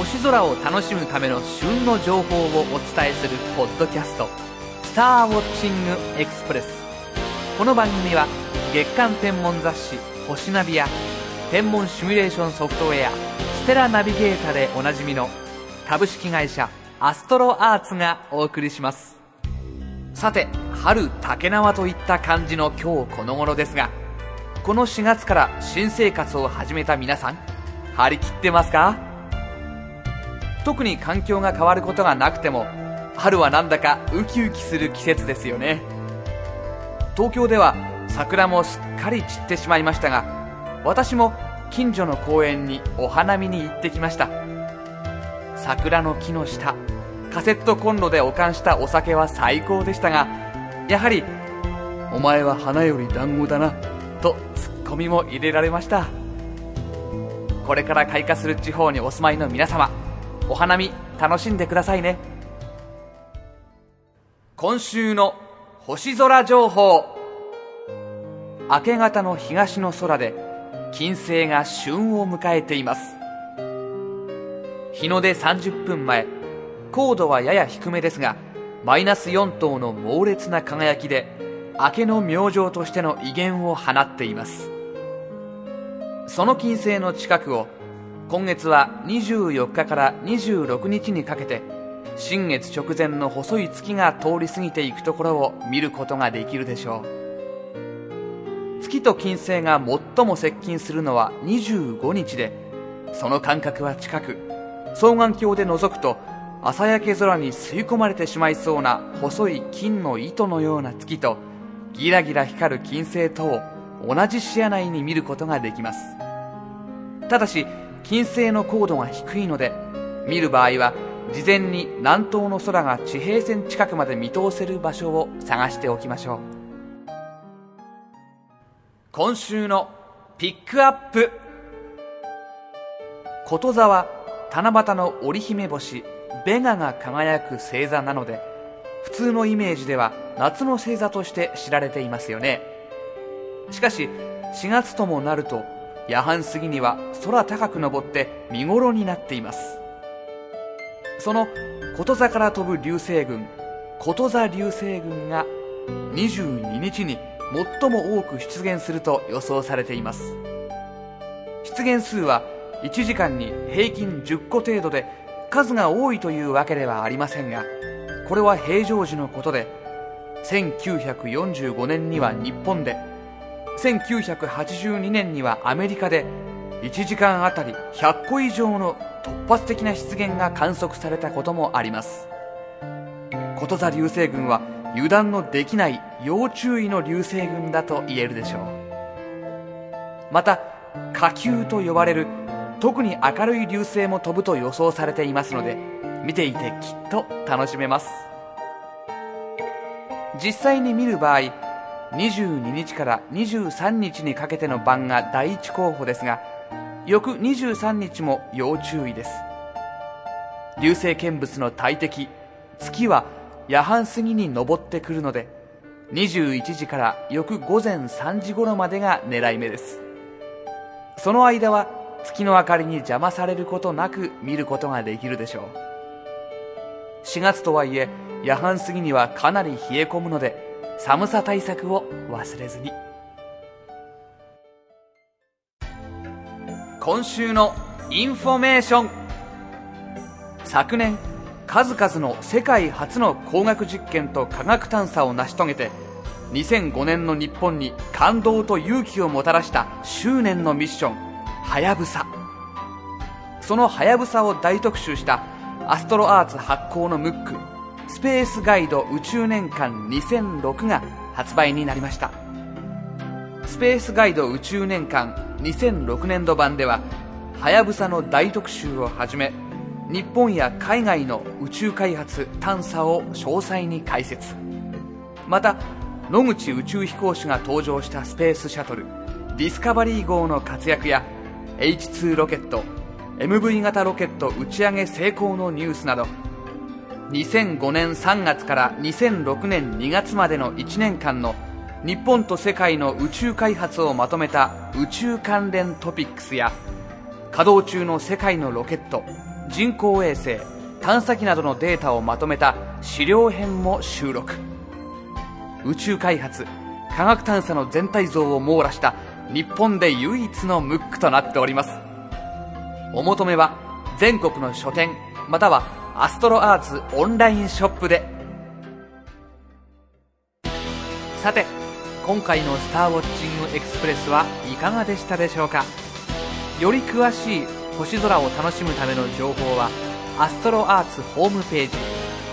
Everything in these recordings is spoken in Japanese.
星空を楽しむための旬の情報をお伝えするポッドキャスト、スターウォッチングエクスプレス。この番組は月間天文雑誌星ナビや天文シミュレーションソフトウェアステラナビゲータでおなじみの株式会社アストロアーツがお送りします。さて、春竹縄といった感じの今日この頃ですが、この4月から新生活を始めた皆さん、張り切ってますか？特に環境が変わることがなくても、春はなんだかウキウキする季節ですよね。東京では桜もすっかり散ってしまいましたが、私も近所の公園にお花見に行ってきました。桜の木の下、カセットコンロで保管したお酒は最高でしたが、やはりお前は花より団子だなとツッコミも入れられました。これから開花する地方にお住まいの皆様、お花見楽しんでくださいね。今週の星空情報。明け方の東の空で金星が旬を迎えています。日の出30分前、高度はやや低めですが、マイナス4灯の猛烈な輝きで明けの明星としての威厳を放っています。その金星の近くを今月は24日から26日にかけて新月直前の細い月が通り過ぎていくところを見ることができるでしょう。月と金星が最も接近するのは25日で、その間隔は近く、双眼鏡で覗くと朝焼け空に吸い込まれてしまいそうな細い金の糸のような月とギラギラ光る金星とを同じ視野内に見ることができます。ただし金星の高度が低いので、見る場合は事前に南東の空が地平線近くまで見通せる場所を探しておきましょう。今週のピックアップ。こと座は七夕の織姫星ベガが輝く星座なので、普通のイメージでは夏の星座として知られていますよね。しかし4月ともなると、夜半過ぎには空高く昇って見頃になっています。そのこと座から飛ぶ流星群、こと座流星群が22日に最も多く出現すると予想されています。出現数は1時間に平均10個程度で、数が多いというわけではありませんが、これは平常時のことで、1945年には日本で、1982年にはアメリカで1時間あたり100個以上の突発的な出現が観測されたこともあります。こと座流星群は油断のできない要注意の流星群だと言えるでしょう。また火球と呼ばれる特に明るい流星も飛ぶと予想されていますので、見ていてきっと楽しめます。実際に見る場合、22日から23日にかけての晩が第一候補ですが、翌23日も要注意です。流星見物の大敵月は夜半過ぎに昇ってくるので、21時から翌午前3時頃までが狙い目です。その間は月の明かりに邪魔されることなく見ることができるでしょう。4月とはいえ夜半過ぎにはかなり冷え込むので、寒さ対策を忘れずに。今週のインフォメーション。昨年数々の世界初の工学実験と科学探査を成し遂げて、2005年の日本に感動と勇気をもたらした執念のミッションはやぶさ。そのはやぶさを大特集したアストロアーツ発行のムック、スペースガイド宇宙年間2006が発売になりました。スペースガイド宇宙年間2006年度版では、はやぶさの大特集をはじめ、日本や海外の宇宙開発探査を詳細に解説。また野口宇宙飛行士が登場したスペースシャトルディスカバリー号の活躍や H2 ロケット MV 型ロケット打ち上げ成功のニュースなど、2005年3月から2006年2月までの1年間の日本と世界の宇宙開発をまとめた宇宙関連トピックスや、稼働中の世界のロケット、 人工衛星、探査機などのデータをまとめた資料編も収録。宇宙開発、科学探査の全体像を網羅した日本で唯一のムックとなっております。お求めは全国の書店またはアストロアーツオンラインショップで。さて、今回のスターウォッチングエクスプレスはいかがでしたでしょうか。より詳しい星空を楽しむための情報はアストロアーツホームページ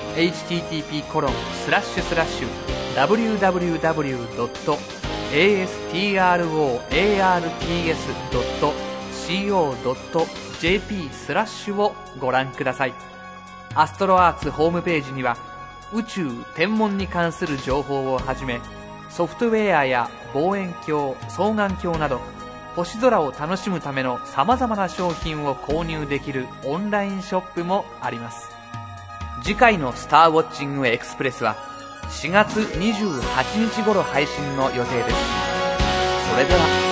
http://www.astroarts.co.jp/ をご覧ください。アストロアーツホームページには宇宙天文に関する情報をはじめ、ソフトウェアや望遠鏡、双眼鏡など星空を楽しむための様々な商品を購入できるオンラインショップもあります。次回のスターウォッチングエクスプレスは4月28日頃配信の予定です。それでは。